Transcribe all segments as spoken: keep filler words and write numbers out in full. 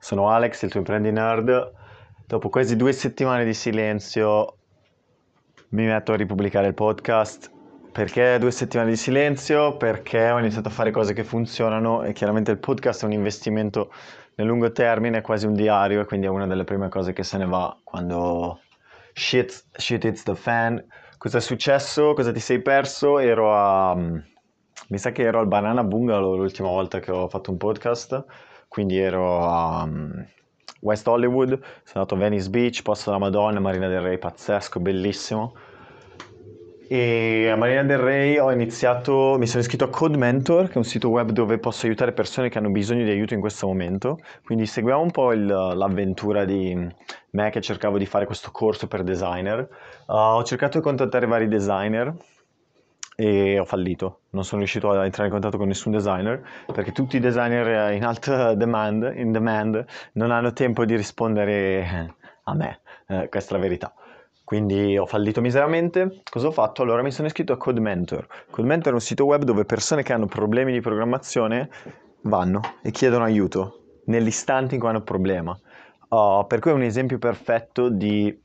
sono Alex, il tuo imprendi nerd. Dopo quasi due settimane di silenzio mi metto a ripubblicare il podcast. Perché due settimane di silenzio? Perché ho iniziato a fare cose che funzionano e chiaramente il podcast è un investimento nel lungo termine, è quasi un diario e quindi è una delle prime cose che se ne va quando shit, shit hits the fan. Cosa è successo? Cosa ti sei perso? Ero a... Mi sa che ero al Banana Bungalow l'ultima volta che ho fatto un podcast, quindi ero a um, West Hollywood, sono andato a Venice Beach, posto della Madonna, Marina del Rey, pazzesco, bellissimo. E a Marina del Rey ho iniziato, mi sono iscritto a Code Mentor, che è un sito web dove posso aiutare persone che hanno bisogno di aiuto in questo momento. Quindi seguiamo un po' il, l'avventura di me che cercavo di fare questo corso per designer. Uh, ho cercato di contattare vari designer e ho fallito. Non sono riuscito a entrare in contatto con nessun designer perché tutti i designer in alta demand, in demand non hanno tempo di rispondere a me. Eh, questa è la verità. Quindi ho fallito miseramente. Cosa ho fatto? Allora mi sono iscritto a Code Mentor. Code Mentor è un sito web dove persone che hanno problemi di programmazione vanno e chiedono aiuto nell'istante in cui hanno un problema. Uh, per cui è un esempio perfetto di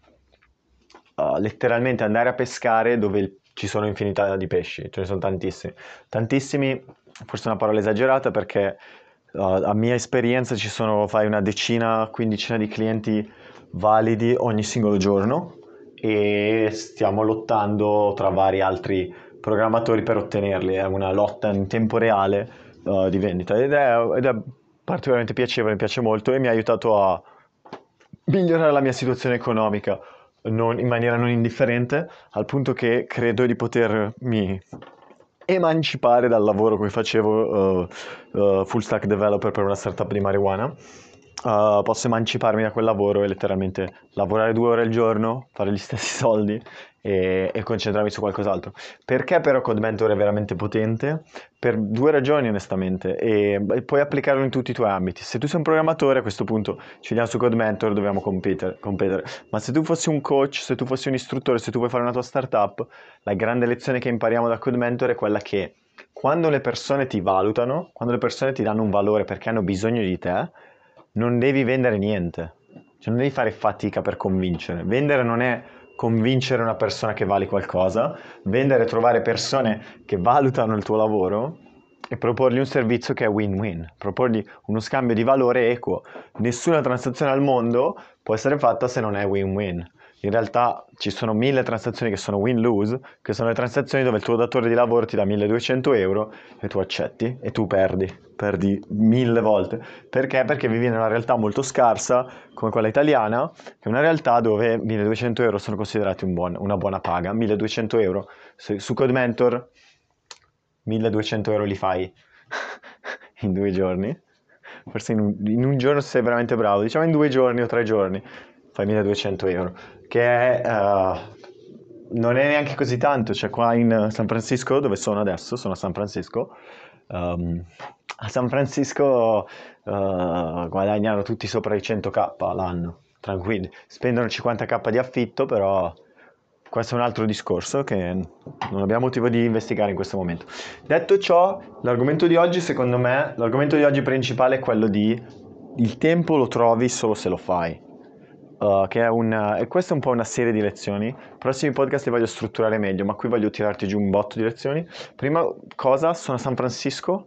uh, letteralmente andare a pescare dove il, ci sono infinità di pesci, ce ne sono tantissimi. Tantissimi, forse è una parola esagerata perché uh, a mia esperienza ci sono, fai una decina, quindicina di clienti validi ogni singolo giorno e stiamo lottando tra vari altri programmatori per ottenerli. È una lotta in tempo reale uh, di vendita ed è, ed è particolarmente piacevole, mi piace molto e mi ha aiutato a migliorare la mia situazione economica non, in maniera non indifferente, al punto che credo di potermi emancipare dal lavoro che facevo uh, uh, full stack developer per una startup di marijuana. Uh, posso emanciparmi da quel lavoro e letteralmente lavorare due ore al giorno, fare gli stessi soldi e, e concentrarmi su qualcos'altro. Perché però Code Mentor è veramente potente? Per due ragioni onestamente e, e puoi applicarlo in tutti i tuoi ambiti. Se tu sei un programmatore a questo punto ci vediamo su Code Mentor, dobbiamo competere, competere. Ma se tu fossi un coach, se tu fossi un istruttore, se tu vuoi fare una tua startup, la grande lezione che impariamo da Code Mentor è quella che quando le persone ti valutano, quando le persone ti danno un valore perché hanno bisogno di te, non devi vendere niente, cioè non devi fare fatica per convincere. Vendere non è convincere una persona che vali qualcosa, vendere è trovare persone che valutano il tuo lavoro e proporgli un servizio che è win-win, proporgli uno scambio di valore equo. Nessuna transazione al mondo può essere fatta se non è win-win. In realtà ci sono mille transazioni che sono win-lose, che sono le transazioni dove il tuo datore di lavoro ti dà milleduecento euro e tu accetti e tu perdi, perdi mille volte. Perché? Perché vivi in una realtà molto scarsa come quella italiana, che è una realtà dove milleduecento euro sono considerati un buon, una buona paga. milleduecento euro su Code Mentor, milleduecento euro li fai in due giorni. Forse in un, in un giorno se sei veramente bravo, diciamo in due giorni o tre giorni fai milleduecento euro, che è, uh, non è neanche così tanto. Cioè qua in San Francisco, dove sono adesso, sono a San Francisco, um, a San Francisco uh, guadagnano tutti sopra i cento k l'anno, tranquilli, spendono cinquanta k di affitto, però questo è un altro discorso che non abbiamo motivo di investigare in questo momento. Detto ciò, l'argomento di oggi, secondo me, l'argomento di oggi principale è quello di il tempo lo trovi solo se lo fai. Uh, che è un, e questa è un po' una serie di lezioni. I prossimi podcast li voglio strutturare meglio, ma qui voglio tirarti giù un botto di lezioni. Prima cosa, sono a San Francisco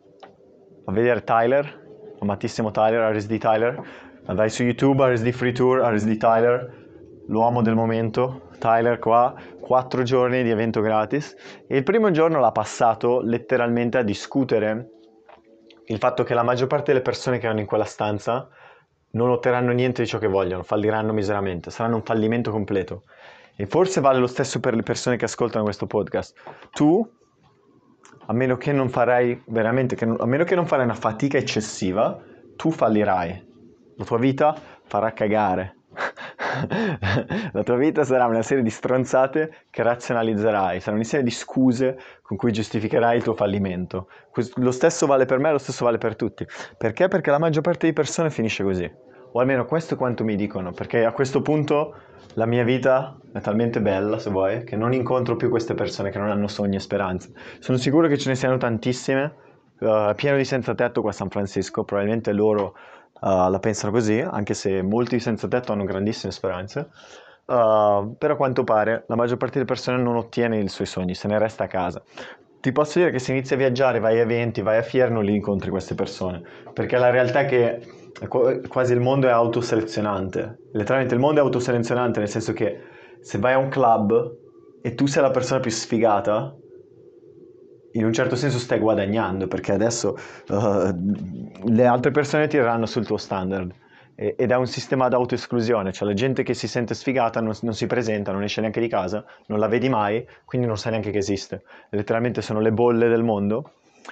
a vedere Tyler, amatissimo Tyler, R S D Tyler. Andai su YouTube, R S D Free Tour, R S D Tyler, l'uomo del momento, Tyler qua, quattro giorni di evento gratis. E il primo giorno l'ha passato letteralmente a discutere il fatto che la maggior parte delle persone che erano in quella stanza non otterranno niente di ciò che vogliono, falliranno miseramente, saranno un fallimento completo. E forse vale lo stesso per le persone che ascoltano questo podcast. Tu, a meno che non farai veramente, che non, a meno che non farai una fatica eccessiva, tu fallirai. La tua vita farà cagare. La tua vita sarà una serie di stronzate che razionalizzerai, sarà una serie di scuse con cui giustificherai il tuo fallimento. Lo stesso vale per me, lo stesso vale per tutti. Perché? Perché la maggior parte di persone finisce così. O almeno questo è quanto mi dicono, perché a questo punto la mia vita è talmente bella, se vuoi, che non incontro più queste persone che non hanno sogni e speranze. Sono sicuro che ce ne siano tantissime, uh, pieno di senza tetto qua a San Francisco, probabilmente loro uh, la pensano così, anche se molti senza tetto hanno grandissime speranze. Uh, però a quanto pare la maggior parte delle persone non ottiene i suoi sogni, se ne resta a casa. Ti posso dire che se inizi a viaggiare, vai a eventi, vai a fiere, non li incontri queste persone, perché la realtà è che quasi il mondo è autoselezionante. Letteralmente il mondo è autoselezionante, nel senso che se vai a un club e tu sei la persona più sfigata, in un certo senso stai guadagnando, perché adesso uh, le altre persone tireranno sul tuo standard. Ed è un sistema di autoesclusione, cioè la gente che si sente sfigata non, non si presenta, non esce neanche di casa, non la vedi mai, quindi non sai neanche che esiste. Letteralmente sono le bolle del mondo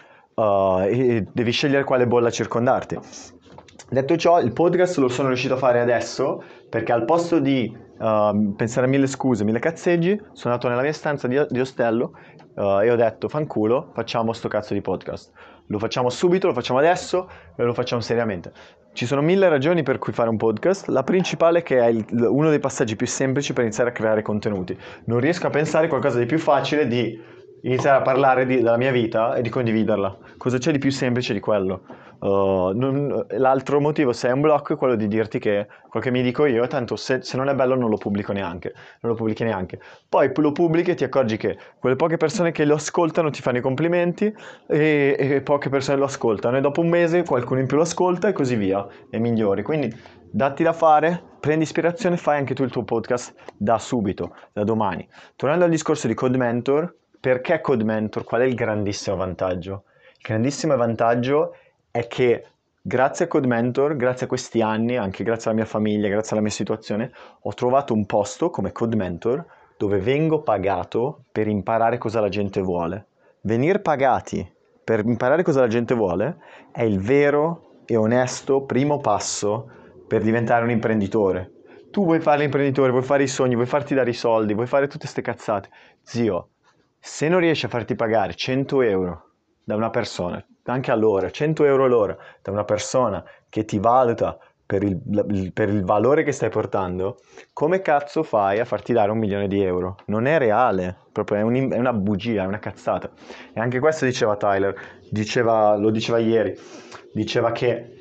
uh, e devi scegliere quale bolla circondarti. Detto ciò, il podcast lo sono riuscito a fare adesso perché al posto di uh, pensare a mille scuse, mille cazzeggi, sono andato nella mia stanza di, di ostello uh, e ho detto fanculo, facciamo sto cazzo di podcast. Lo facciamo subito, lo facciamo adesso e lo facciamo seriamente. Ci sono mille ragioni per cui fare un podcast. La principale è che è il, uno dei passaggi più semplici per iniziare a creare contenuti. Non riesco a pensare qualcosa di più facile di iniziare a parlare di, della mia vita e di condividerla. Cosa c'è di più semplice di quello? Uh, non, l'altro motivo, se è un blocco, è quello di dirti che quel che mi dico io, tanto se, se non è bello non lo pubblico neanche, non lo pubblichi neanche. Poi lo pubblichi e ti accorgi che quelle poche persone che lo ascoltano ti fanno i complimenti e, e poche persone lo ascoltano e dopo un mese qualcuno in più lo ascolta e così via, e migliori. Quindi datti da fare, prendi ispirazione, fai anche tu il tuo podcast da subito, da domani. Tornando al discorso di Code Mentor, perché Code Mentor? Qual è il grandissimo vantaggio? Il grandissimo vantaggio è che grazie a Code Mentor, grazie a questi anni, anche grazie alla mia famiglia, grazie alla mia situazione, ho trovato un posto come Code Mentor dove vengo pagato per imparare cosa la gente vuole. Venir pagati per imparare cosa la gente vuole è il vero e onesto primo passo per diventare un imprenditore. Tu vuoi fare l'imprenditore, vuoi fare i sogni, vuoi farti dare i soldi, vuoi fare tutte queste cazzate. Zio, se non riesci a farti pagare cento euro da una persona, anche all'ora, cento euro all'ora, da una persona che ti valuta per il, per il valore che stai portando, come cazzo fai a farti dare un milione di euro? Non è reale, proprio è, un, è una bugia, è una cazzata. E anche questo diceva Tyler, diceva, lo diceva ieri, diceva che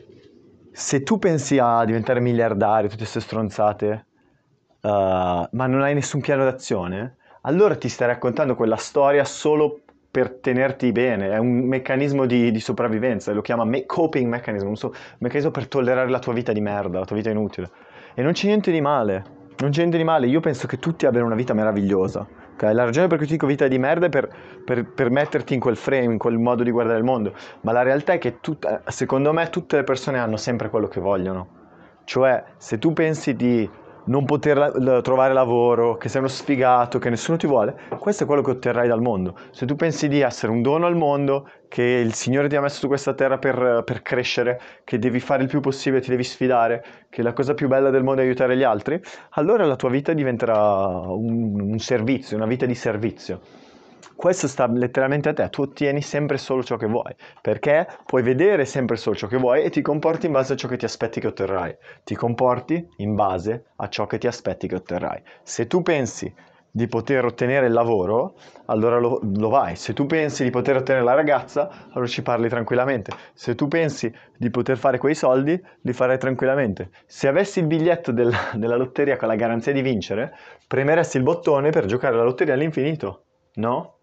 se tu pensi a diventare miliardario, tutte queste stronzate, uh, ma non hai nessun piano d'azione, allora ti stai raccontando quella storia solo per tenerti bene, è un meccanismo di, di sopravvivenza, lo chiama me- coping mechanism, un, so- un meccanismo per tollerare la tua vita di merda, la tua vita inutile. E non c'è niente di male, non c'è niente di male, io penso che tutti abbiano una vita meravigliosa, okay? La ragione per cui ti dico vita di merda è per, per, per metterti in quel frame, in quel modo di guardare il mondo, ma la realtà è che tut- secondo me tutte le persone hanno sempre quello che vogliono, cioè se tu pensi di non poter la- la- trovare lavoro, che sei uno sfigato, che nessuno ti vuole, questo è quello che otterrai dal mondo. Se tu pensi di essere un dono al mondo, che il Signore ti ha messo su questa terra per, per crescere, che devi fare il più possibile, ti devi sfidare, che la cosa più bella del mondo è aiutare gli altri, allora la tua vita diventerà un, un servizio, una vita di servizio. Questo sta letteralmente a te, tu ottieni sempre solo ciò che vuoi, perché puoi vedere sempre solo ciò che vuoi e ti comporti in base a ciò che ti aspetti che otterrai. Ti comporti in base a ciò che ti aspetti che otterrai. Se tu pensi di poter ottenere il lavoro, allora lo, lo vai. Se tu pensi di poter ottenere la ragazza, allora ci parli tranquillamente. Se tu pensi di poter fare quei soldi, li farai tranquillamente. Se avessi il biglietto della, della lotteria con la garanzia di vincere, premeresti il bottone per giocare la lotteria all'infinito, no?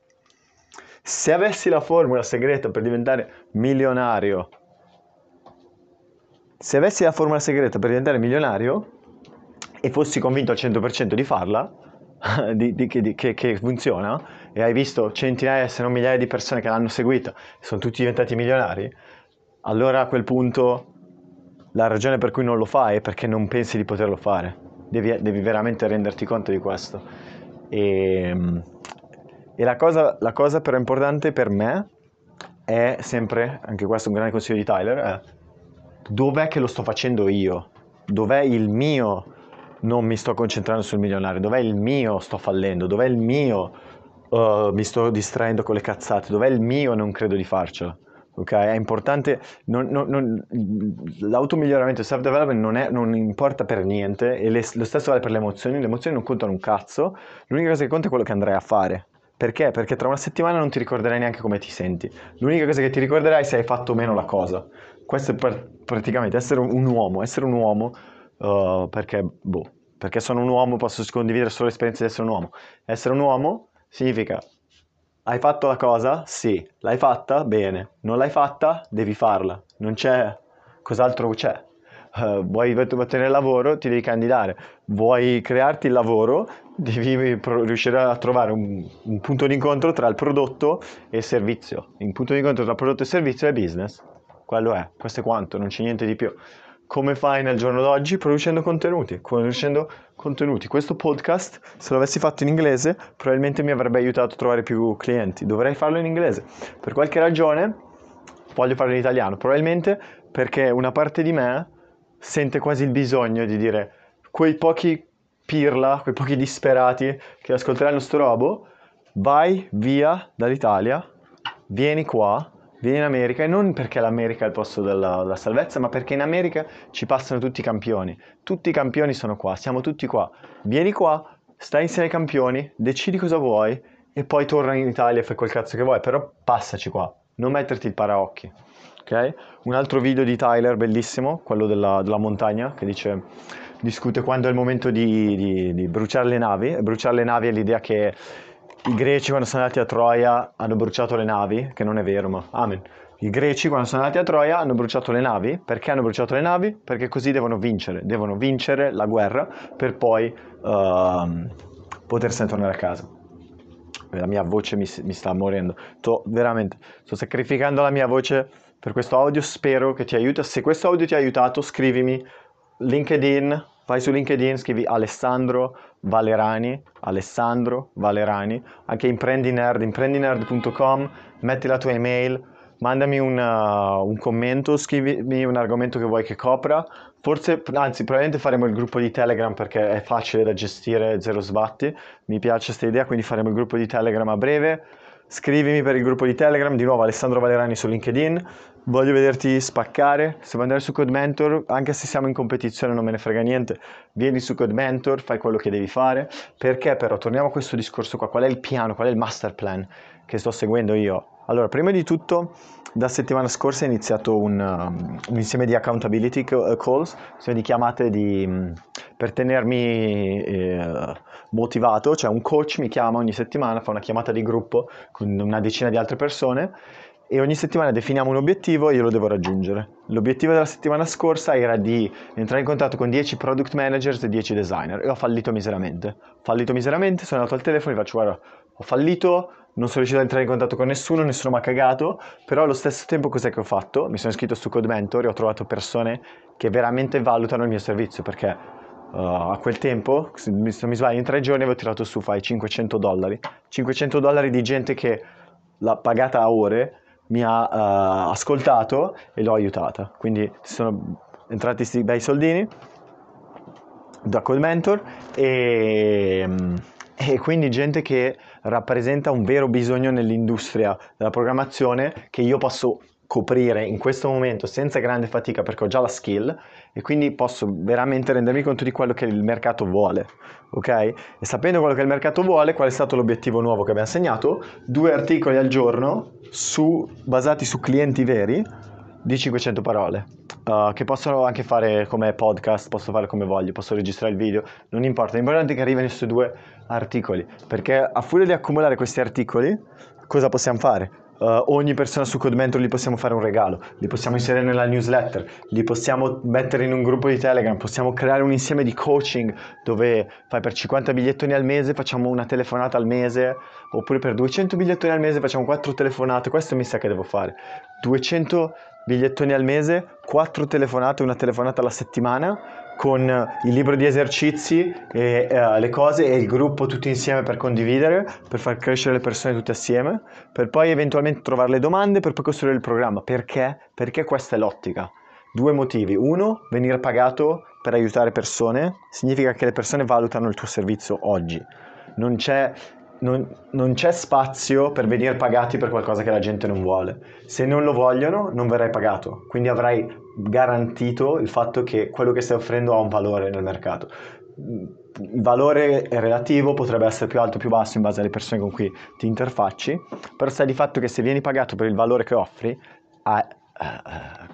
Se avessi la formula segreta per diventare milionario, se avessi la formula segreta per diventare milionario e fossi convinto al cento per cento di farla, di, di, di, che, che funziona, e hai visto centinaia se non migliaia di persone che l'hanno seguita e sono tutti diventati milionari, allora a quel punto la ragione per cui non lo fai è perché non pensi di poterlo fare. Devi, devi veramente renderti conto di questo. E, e la cosa, la cosa però importante per me è sempre, anche questo è un grande consiglio di Tyler, è dov'è che lo sto facendo io? Dov'è il mio non mi sto concentrando sul milionario? Dov'è il mio sto fallendo? Dov'è il mio uh, mi sto distraendo con le cazzate? Dov'è il mio non credo di farcela? Ok? È importante, non, non, non, l'automiglioramento, il self-development non, è, non importa per niente e le, lo stesso vale per le emozioni, le emozioni non contano un cazzo, l'unica cosa che conta è quello che andrai a fare. Perché? Perché tra una settimana non ti ricorderai neanche come ti senti. L'unica cosa che ti ricorderai è se hai fatto o meno la cosa. questo è per, praticamente essere un, un uomo, essere un uomo uh, perché, boh, perché sono un uomo, posso condividere solo l'esperienza di essere un uomo. Essere un uomo significa, hai fatto la cosa? Sì. L'hai fatta? Bene. Non l'hai fatta? Devi farla. Non c'è, cos'altro c'è? Uh, vuoi ottenere il lavoro? Ti devi candidare. Vuoi crearti il lavoro? Devi pro- riuscire a trovare un, un punto di incontro tra il prodotto e il servizio. Il punto di incontro tra prodotto e servizio è business. Quello è, questo è quanto, non c'è niente di più. Come fai nel giorno d'oggi? Producendo contenuti, producendo contenuti. Questo podcast, se l'avessi fatto in inglese, probabilmente mi avrebbe aiutato a trovare più clienti. Dovrei farlo in inglese. Per qualche ragione voglio farlo in italiano, probabilmente perché una parte di me sente quasi il bisogno di dire quei pochi pirla, quei pochi disperati che ascolteranno sto robo, vai via dall'Italia, vieni qua, vieni in America, e non perché l'America è il posto della, della salvezza, ma perché in America ci passano tutti i campioni. Tutti i campioni sono qua, siamo tutti qua. Vieni qua, stai insieme ai campioni, decidi cosa vuoi e poi torna in Italia e fai quel cazzo che vuoi, però passaci qua, non metterti il paraocchi. Okay? Un altro video di Tyler bellissimo, quello della, della montagna, che dice, discute quando è il momento di, di, di bruciare le navi. E bruciare le navi è l'idea che i greci quando sono andati a Troia hanno bruciato le navi, che non è vero, ma amen. I greci quando sono andati a Troia hanno bruciato le navi. Perché hanno bruciato le navi? Perché così devono vincere, devono vincere la guerra per poi uh, potersene tornare a casa. La mia voce mi, mi sta morendo. Sto, veramente, sto sacrificando la mia voce per questo audio, spero che ti aiuti. Se questo audio ti ha aiutato, scrivimi LinkedIn, vai su LinkedIn, scrivi Alessandro Valerani, Alessandro Valerani, anche imprendinerd, imprendinerd punto com, metti la tua email, mandami un, uh, un commento, scrivimi un argomento che vuoi che copra. Forse, anzi, probabilmente faremo il gruppo di Telegram perché è facile da gestire, zero sbatti. Mi piace questa idea, quindi faremo il gruppo di Telegram a breve. Scrivimi per il gruppo di Telegram, di nuovo Alessandro Valerani su LinkedIn. Voglio vederti spaccare. Se vuoi andare su Code Mentor, anche se siamo in competizione non me ne frega niente, vieni su Code Mentor, fai quello che devi fare. Perché però, torniamo a questo discorso qua, qual è il piano, qual è il master plan che sto seguendo io? Allora, prima di tutto, da settimana scorsa è iniziato un, um, un insieme di accountability calls, insieme di chiamate di, um, per tenermi eh, motivato, cioè un coach mi chiama ogni settimana, fa una chiamata di gruppo con una decina di altre persone e ogni settimana definiamo un obiettivo e io lo devo raggiungere. L'obiettivo della settimana scorsa era di entrare in contatto con dieci product managers e dieci designer e ho fallito miseramente. Ho fallito miseramente, sono andato al telefono e faccio guarda, ho fallito, non sono riuscito ad entrare in contatto con nessuno, nessuno mi ha cagato, però allo stesso tempo cos'è che ho fatto? Mi sono iscritto su Code Mentor e ho trovato persone che veramente valutano il mio servizio, perché uh, a quel tempo, se mi, se mi sbaglio, in tre giorni avevo tirato su, fai, cinquecento dollari. cinquecento dollari di gente che l'ha pagata a ore, mi ha uh, ascoltato e l'ho aiutata. Quindi sono entrati questi bei soldini da Code Mentor e, e quindi gente che rappresenta un vero bisogno nell'industria della programmazione che io posso coprire in questo momento senza grande fatica perché ho già la skill e quindi posso veramente rendermi conto di quello che il mercato vuole, ok? E sapendo quello che il mercato vuole, qual è stato l'obiettivo nuovo che abbiamo segnato? Due articoli al giorno su, basati su clienti veri di cinquecento parole, uh, che posso anche fare come podcast, posso fare come voglio, posso registrare il video, non importa, l'importante è che arrivino questi due articoli, perché a furia di accumulare questi articoli, cosa possiamo fare? Uh, ogni persona su Code Mentor gli possiamo fare un regalo, li possiamo inserire nella newsletter, li possiamo mettere in un gruppo di Telegram, possiamo creare un insieme di coaching dove fai per cinquanta bigliettoni al mese, facciamo una telefonata al mese, oppure per duecento bigliettoni al mese facciamo quattro telefonate. Questo mi sa che devo fare, duecento bigliettoni al mese, quattro telefonate, una telefonata alla settimana, con il libro di esercizi e uh, le cose e il gruppo tutti insieme per condividere, per far crescere le persone tutte assieme, per poi eventualmente trovare le domande, per poi costruire il programma. Perché? Perché questa è l'ottica. Due motivi. Uno, venire pagato per aiutare persone significa che le persone valutano il tuo servizio oggi. Non c'è, non, non c'è spazio per venire pagati per qualcosa che la gente non vuole. Se non lo vogliono, non verrai pagato. Quindi avrai garantito il fatto che quello che stai offrendo ha un valore nel mercato. Il valore è relativo, potrebbe essere più alto o più basso in base alle persone con cui ti interfacci, però stai di fatto che se vieni pagato per il valore che offri, hai, uh,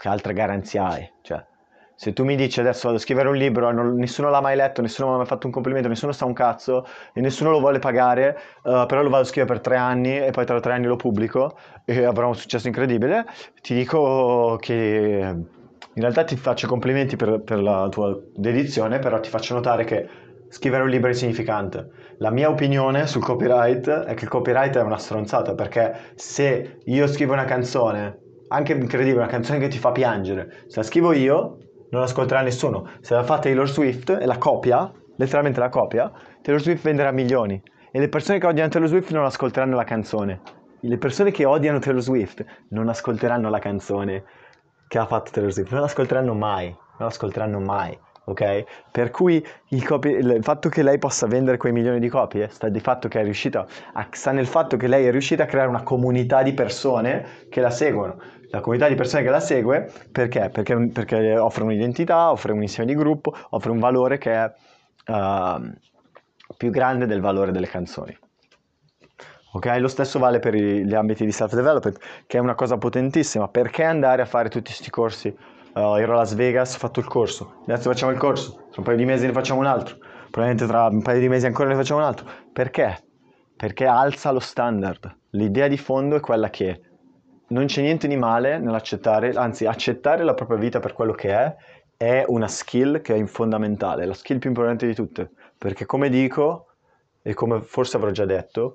che altra garanzia hai? Cioè, se tu mi dici adesso vado a scrivere un libro, non- nessuno l'ha mai letto, nessuno mi ha mai fatto un complimento, nessuno sa un cazzo e nessuno lo vuole pagare, eh, però lo vado a scrivere per tre anni e poi tra tre anni lo pubblico e avrò un successo incredibile, ti dico che in realtà ti faccio i complimenti per, per la tua dedizione, però ti faccio notare che scrivere un libro è insignificante. La mia opinione sul copyright è che il copyright è una stronzata, perché se io scrivo una canzone, anche incredibile, una canzone che ti fa piangere, se la scrivo io non l'ascolterà nessuno. Se la fa Taylor Swift e la copia, letteralmente la copia, Taylor Swift venderà milioni. E le persone che odiano Taylor Swift non ascolteranno la canzone. Le persone che odiano Taylor Swift non ascolteranno la canzone che ha fatto Taylor Swift, non l'ascolteranno mai, non l'ascolteranno mai, ok? Per cui il, copy, il fatto che lei possa vendere quei milioni di copie sta di fatto che è riuscita a, sta nel fatto che lei è riuscita a creare una comunità di persone che la seguono. La comunità di persone che la segue perché? Perché, perché offre un'identità, offre un insieme di gruppo, offre un valore che è uh, più grande del valore delle canzoni. Ok, lo stesso vale per i- gli ambiti di self-development, che è una cosa potentissima. Perché andare a fare tutti questi corsi? Uh, ero a Las Vegas, ho fatto il corso, adesso facciamo il corso, tra un paio di mesi ne facciamo un altro, probabilmente tra un paio di mesi ancora ne facciamo un altro. Perché? Perché alza lo standard. L'idea di fondo è quella che non c'è niente di male nell'accettare, anzi accettare la propria vita per quello che è, è una skill che è fondamentale, la skill più importante di tutte, perché come dico, e come forse avrò già detto,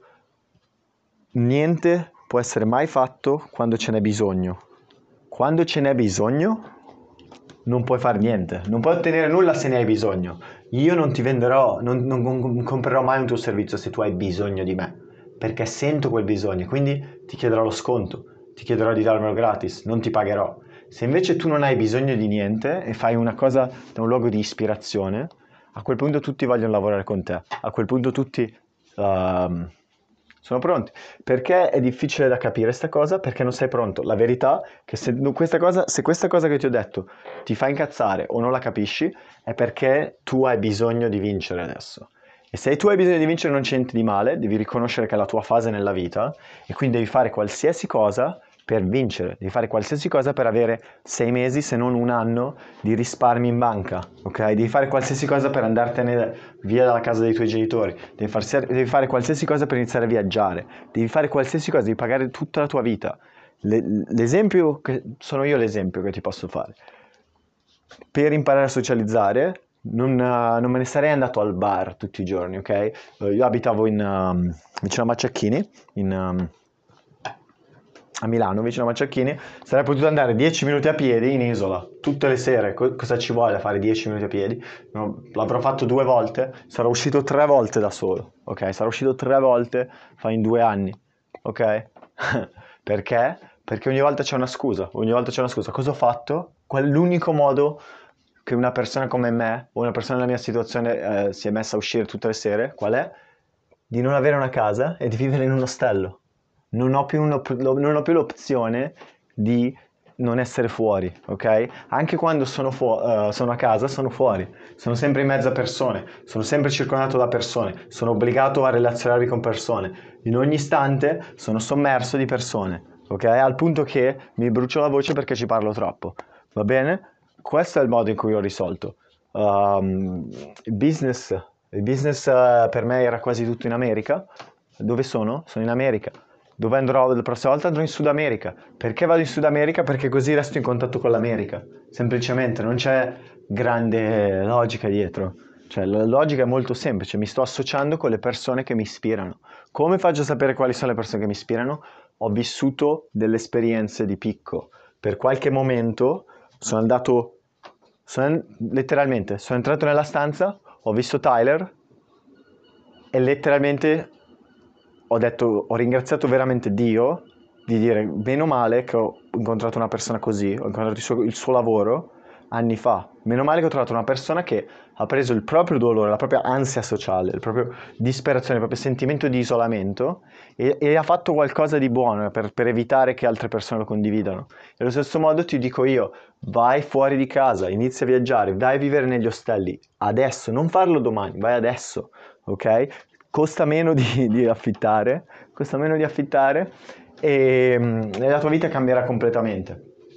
niente può essere mai fatto quando ce n'è bisogno. Quando ce n'è bisogno, non puoi fare niente, non puoi ottenere nulla se ne hai bisogno. Io non ti venderò, non, non, non comprerò mai un tuo servizio se tu hai bisogno di me, perché sento quel bisogno, quindi ti chiederò lo sconto, ti chiederò di darmelo gratis, non ti pagherò. Se invece tu non hai bisogno di niente e fai una cosa da un luogo di ispirazione, a quel punto tutti vogliono lavorare con te, a quel punto tutti uh, sono pronti. Perché è difficile da capire questa cosa? Perché non sei pronto. La verità è che se questa cosa, se questa cosa che ti ho detto ti fa incazzare o non la capisci, è perché tu hai bisogno di vincere adesso. E se tu hai bisogno di vincere non c'è niente di male, devi riconoscere che è la tua fase nella vita e quindi devi fare qualsiasi cosa per vincere, devi fare qualsiasi cosa per avere sei mesi, se non un anno, di risparmi in banca, ok? Devi fare qualsiasi cosa per andartene via dalla casa dei tuoi genitori, devi, far, devi fare qualsiasi cosa per iniziare a viaggiare, devi fare qualsiasi cosa, devi pagare tutta la tua vita. Le, l'esempio, che, sono io l'esempio che ti posso fare. Per imparare a socializzare non, uh, non me ne sarei andato al bar tutti i giorni, ok? Uh, io abitavo in, um, vicino a Macciacchini, in... Um, a Milano, vicino a Macciacchini, sarei potuto andare dieci minuti a piedi in isola, tutte le sere. Co- cosa ci vuole a fare dieci minuti a piedi? No, l'avrò fatto due volte, sarò uscito tre volte da solo, ok? Sarò uscito tre volte, fa in due anni, ok? Perché? Perché ogni volta c'è una scusa, ogni volta c'è una scusa. Cosa ho fatto? Qual è l'unico modo che una persona come me, o una persona nella mia situazione, eh, si è messa a uscire tutte le sere? Qual è? Di non avere una casa e di vivere in un ostello. Non ho più, non ho più l'opzione di non essere fuori, ok? Anche quando sono, fu- uh, sono a casa, sono fuori, sono sempre in mezzo a persone, sono sempre circondato da persone, sono obbligato a relazionarmi con persone. In ogni istante sono sommerso di persone, ok? Al punto che mi brucio la voce perché ci parlo troppo, va bene? Questo è il modo in cui ho risolto. Um, il business, il business uh, per me era quasi tutto in America. Dove sono? Sono in America. Dove andrò la prossima volta? Andrò in Sud America. Perché vado in Sud America? Perché così resto in contatto con l'America. Semplicemente, non c'è grande logica dietro. Cioè, la logica è molto semplice. Mi sto associando con le persone che mi ispirano. Come faccio a sapere quali sono le persone che mi ispirano? Ho vissuto delle esperienze di picco. Per qualche momento sono andato, sono, letteralmente, sono entrato nella stanza, ho visto Tyler e letteralmente ho detto, ho ringraziato veramente Dio di dire, meno male che ho incontrato una persona così, ho incontrato il suo, il suo lavoro anni fa, meno male che ho trovato una persona che ha preso il proprio dolore, la propria ansia sociale, il proprio disperazione, il proprio sentimento di isolamento e, e ha fatto qualcosa di buono per, per evitare che altre persone lo condividano. E allo stesso modo ti dico io, vai fuori di casa, inizia a viaggiare, vai a vivere negli ostelli, adesso, non farlo domani, vai adesso, ok? Costa meno di, di affittare, costa meno di affittare e, e la tua vita cambierà completamente.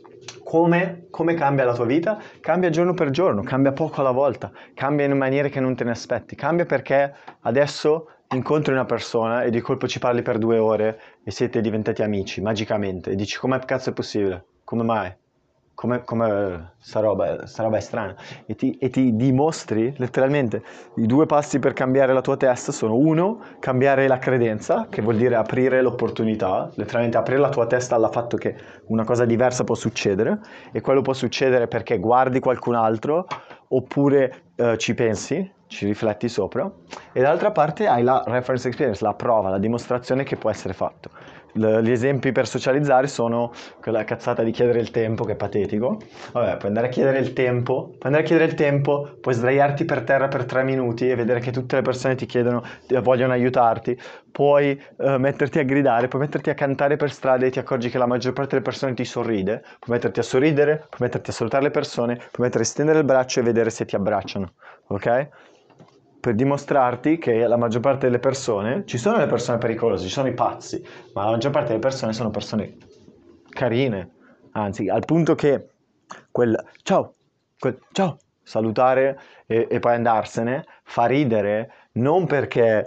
Come, come cambia la tua vita? Cambia giorno per giorno, cambia poco alla volta, cambia in maniere che non te ne aspetti, cambia perché adesso incontri una persona e di colpo ci parli per due ore e siete diventati amici, magicamente, e dici come cazzo è possibile? Come mai? Come, come sta roba, sta roba è strana, e ti, e ti dimostri letteralmente i due passi per cambiare la tua testa sono: uno, cambiare la credenza, che vuol dire aprire l'opportunità, letteralmente aprire la tua testa al fatto che una cosa diversa può succedere, e quello può succedere perché guardi qualcun altro oppure eh, ci pensi, ci rifletti sopra, e dall'altra parte hai la reference experience, la prova, la dimostrazione che può essere fatto. Gli esempi per socializzare sono quella cazzata di chiedere il tempo, che è patetico. Vabbè, puoi andare a chiedere il tempo, puoi andare a chiedere il tempo, puoi sdraiarti per terra per tre minuti e vedere che tutte le persone ti chiedono, ti vogliono aiutarti, puoi uh, metterti a gridare, puoi metterti a cantare per strada e ti accorgi che la maggior parte delle persone ti sorride, puoi metterti a sorridere, puoi metterti a salutare le persone, puoi mettere a stendere il braccio e vedere se ti abbracciano, ok? Per dimostrarti che la maggior parte delle persone, ci sono le persone pericolose, ci sono i pazzi, ma la maggior parte delle persone sono persone carine, anzi al punto che quel ciao, quel ciao, salutare e, e poi andarsene fa ridere, non perché,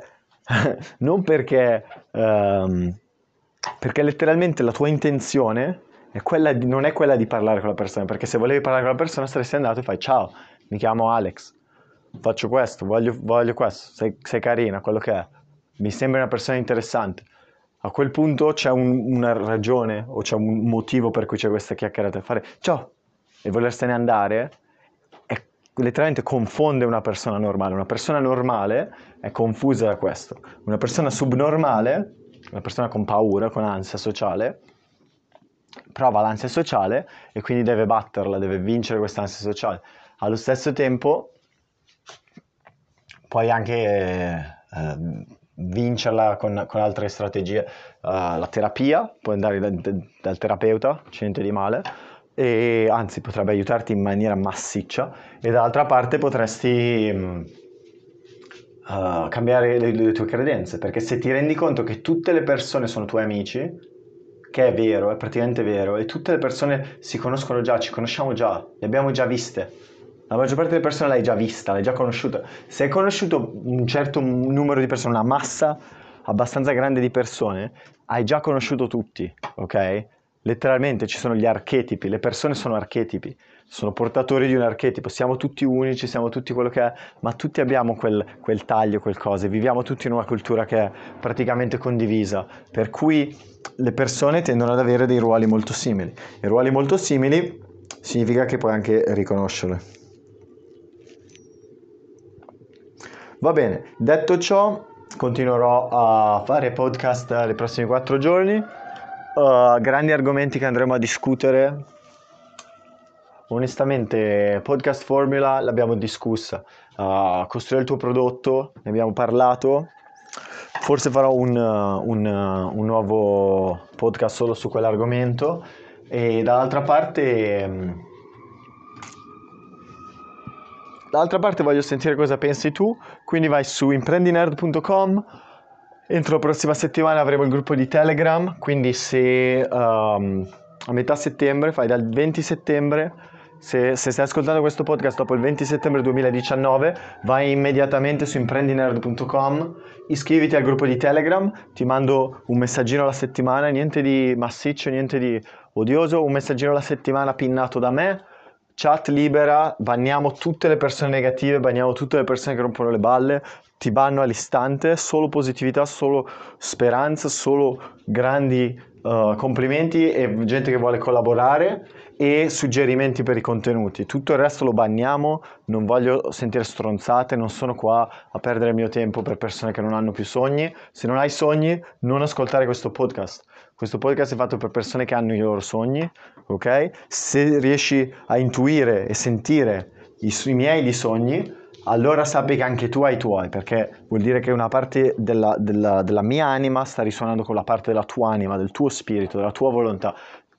non perché, um, perché letteralmente la tua intenzione è quella di, non è quella di parlare con la persona, perché se volevi parlare con la persona saresti andato e fai ciao, mi chiamo Alex, faccio questo, voglio, voglio questo, sei, sei carina, quello che è, mi sembri una persona interessante. A quel punto c'è un, una ragione o c'è un motivo per cui c'è questa chiacchierata. Fare ciao e volersene andare è letteralmente confonde una persona normale. Una persona normale è confusa da questo. Una persona subnormale, una persona con paura, con ansia sociale, prova l'ansia sociale e quindi deve batterla, deve vincere questa ansia sociale. Allo stesso tempo puoi anche eh, vincerla con, con altre strategie, uh, la terapia, puoi andare da, da, dal terapeuta, c'è niente di male, e anzi potrebbe aiutarti in maniera massiccia, e dall'altra parte potresti um, uh, cambiare le, le tue credenze, perché se ti rendi conto che tutte le persone sono tuoi amici, che è vero, è praticamente vero, e tutte le persone si conoscono già, ci conosciamo già, le abbiamo già viste. La maggior parte delle persone l'hai già vista, l'hai già conosciuta. Se hai conosciuto un certo numero di persone, una massa abbastanza grande di persone, hai già conosciuto tutti, ok? Letteralmente ci sono gli archetipi, le persone sono archetipi, sono portatori di un archetipo, siamo tutti unici, siamo tutti quello che è, ma tutti abbiamo quel, quel taglio, quel cosa, viviamo tutti in una cultura che è praticamente condivisa, per cui le persone tendono ad avere dei ruoli molto simili. E ruoli molto simili significa che puoi anche riconoscerli. Va bene, detto ciò, continuerò a fare podcast nei prossimi quattro giorni, uh, grandi argomenti che andremo a discutere. Onestamente, podcast formula l'abbiamo discussa, uh, costruire il tuo prodotto, ne abbiamo parlato, forse farò un, un, un nuovo podcast solo su quell'argomento, e dall'altra parte... Dall'altra parte voglio sentire cosa pensi tu, quindi vai su imprendinerd punto com, entro la prossima settimana avremo il gruppo di Telegram, quindi se um, a metà settembre, fai dal venti settembre, se, se stai ascoltando questo podcast dopo il venti settembre duemiladiciannove, vai immediatamente su imprendinerd punto com, iscriviti al gruppo di Telegram, ti mando un messaggino alla settimana, niente di massiccio, niente di odioso, un messaggino alla settimana pinnato da me, chat libera, banniamo tutte le persone negative, banniamo tutte le persone che rompono le balle, ti banno all'istante, solo positività, solo speranza, solo grandi uh, complimenti e gente che vuole collaborare e suggerimenti per i contenuti. Tutto il resto lo banniamo, non voglio sentire stronzate, non sono qua a perdere il mio tempo per persone che non hanno più sogni. Se non hai sogni, non ascoltare questo podcast. Questo podcast è fatto per persone che hanno i loro sogni, ok? Se riesci a intuire e sentire i, i miei di sogni, allora sappi che anche tu hai i tuoi, perché vuol dire che una parte della, della, della mia anima sta risuonando con la parte della tua anima, del tuo spirito, della tua volontà.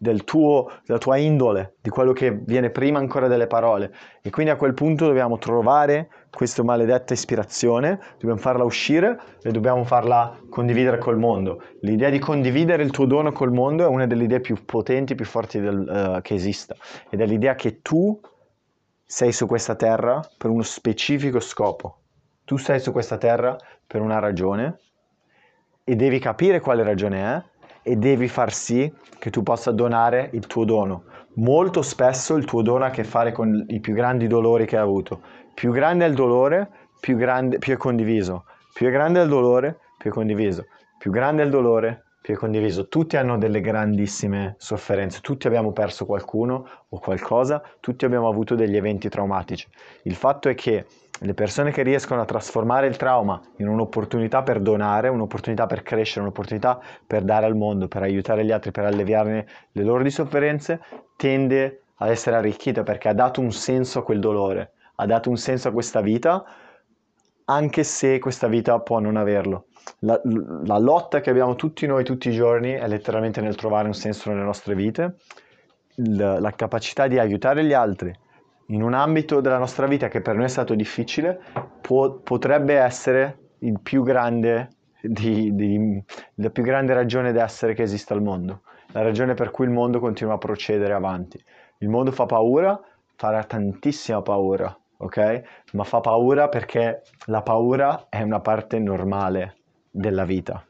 del tuo, della tua indole, di quello che viene prima ancora delle parole. E quindi a quel punto dobbiamo trovare questa maledetta ispirazione, dobbiamo farla uscire e dobbiamo farla condividere col mondo. L'idea di condividere il tuo dono col mondo è una delle idee più potenti, più forti del, uh, che esista, ed è l'idea che tu sei su questa terra per uno specifico scopo. Tu sei su questa terra per una ragione e devi capire quale ragione è e devi far sì che tu possa donare il tuo dono. Molto spesso il tuo dono ha a che fare con i più grandi dolori che hai avuto. Più grande è il dolore, più, grande, più è condiviso. Più è grande il dolore, più è condiviso. Più grande è il dolore, più è condiviso. Tutti hanno delle grandissime sofferenze, tutti abbiamo perso qualcuno o qualcosa, tutti abbiamo avuto degli eventi traumatici. Il fatto è che le persone che riescono a trasformare il trauma in un'opportunità per donare, un'opportunità per crescere, un'opportunità per dare al mondo, per aiutare gli altri, per alleviarne le loro sofferenze, tende ad essere arricchita perché ha dato un senso a quel dolore, ha dato un senso a questa vita, anche se questa vita può non averlo. La, la lotta che abbiamo tutti noi tutti i giorni è letteralmente nel trovare un senso nelle nostre vite, la, la capacità di aiutare gli altri in un ambito della nostra vita che per noi è stato difficile, può, potrebbe essere il più grande di, di, la più grande ragione d'essere che esista al mondo, la ragione per cui il mondo continua a procedere avanti. Il mondo fa paura, farà tantissima paura, ok? Ma fa paura perché la paura è una parte normale della vita.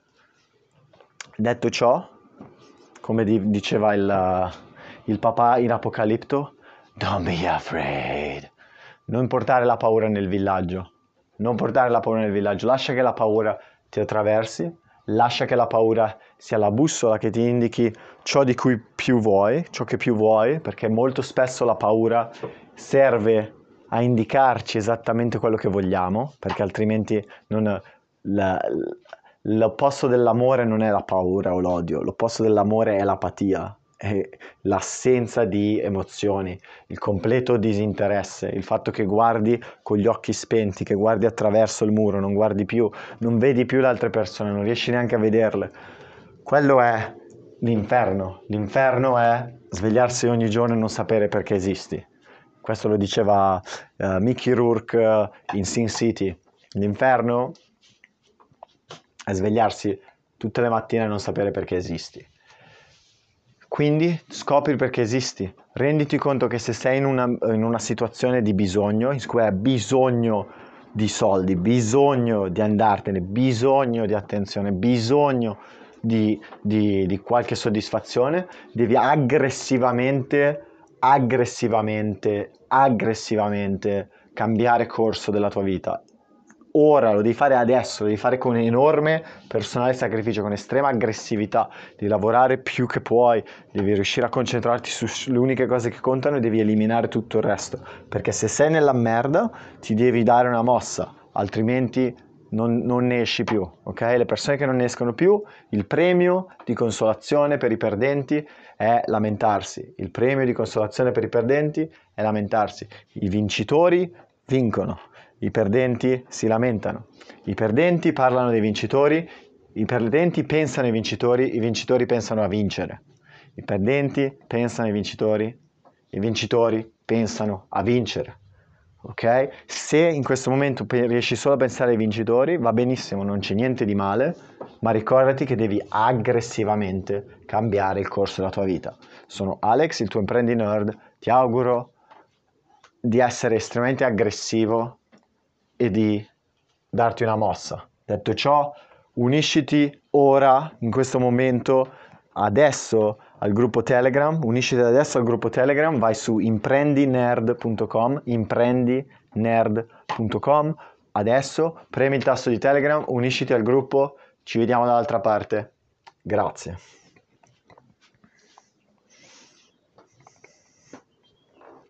Detto ciò, come diceva il, il papà in Apocalipto, don't be afraid. Non portare la paura nel villaggio. Non portare la paura nel villaggio. Lascia che la paura ti attraversi. Lascia che la paura sia la bussola che ti indichi ciò di cui più vuoi, ciò che più vuoi, perché molto spesso la paura serve a indicarci esattamente quello che vogliamo, perché altrimenti non, la, l'opposto dell'amore non è la paura o l'odio, l'opposto dell'amore è l'apatia. L'assenza di emozioni, il completo disinteresse, il fatto che guardi con gli occhi spenti, che guardi attraverso il muro, non guardi più, non vedi più le altre persone, non riesci neanche a vederle. Quello è l'inferno. L'inferno è svegliarsi ogni giorno e non sapere perché esisti. Questo lo diceva uh, Mickey Rourke uh, in Sin City. L'inferno è svegliarsi tutte le mattine e non sapere perché esisti. Quindi scopri perché esisti, renditi conto che se sei in una, in una situazione di bisogno, in cui hai bisogno di soldi, bisogno di andartene, bisogno di attenzione, bisogno di, di, di qualche soddisfazione, devi aggressivamente, aggressivamente, aggressivamente cambiare corso della tua vita. Ora, lo devi fare adesso, lo devi fare con enorme personale sacrificio, con estrema aggressività, devi lavorare più che puoi, devi riuscire a concentrarti sulle uniche cose che contano e devi eliminare tutto il resto, perché se sei nella merda ti devi dare una mossa, altrimenti non, non ne esci più, ok? Le persone che non ne escono più, il premio di consolazione per i perdenti è lamentarsi, il premio di consolazione per i perdenti è lamentarsi, i vincitori vincono. I perdenti si lamentano, i perdenti parlano dei vincitori, i perdenti pensano ai vincitori, i vincitori pensano a vincere. I perdenti pensano ai vincitori, i vincitori pensano a vincere. Ok? Se in questo momento riesci solo a pensare ai vincitori, va benissimo, non c'è niente di male, ma ricordati che devi aggressivamente cambiare il corso della tua vita. Sono Alex, il tuo Imprendi Nerd, ti auguro di essere estremamente aggressivo e di darti una mossa. Detto ciò, unisciti ora, in questo momento, adesso al gruppo Telegram, unisciti adesso al gruppo Telegram, vai su imprendinerd punto com, imprendinerd punto com, adesso premi il tasto di Telegram, unisciti al gruppo, ci vediamo dall'altra parte. Grazie.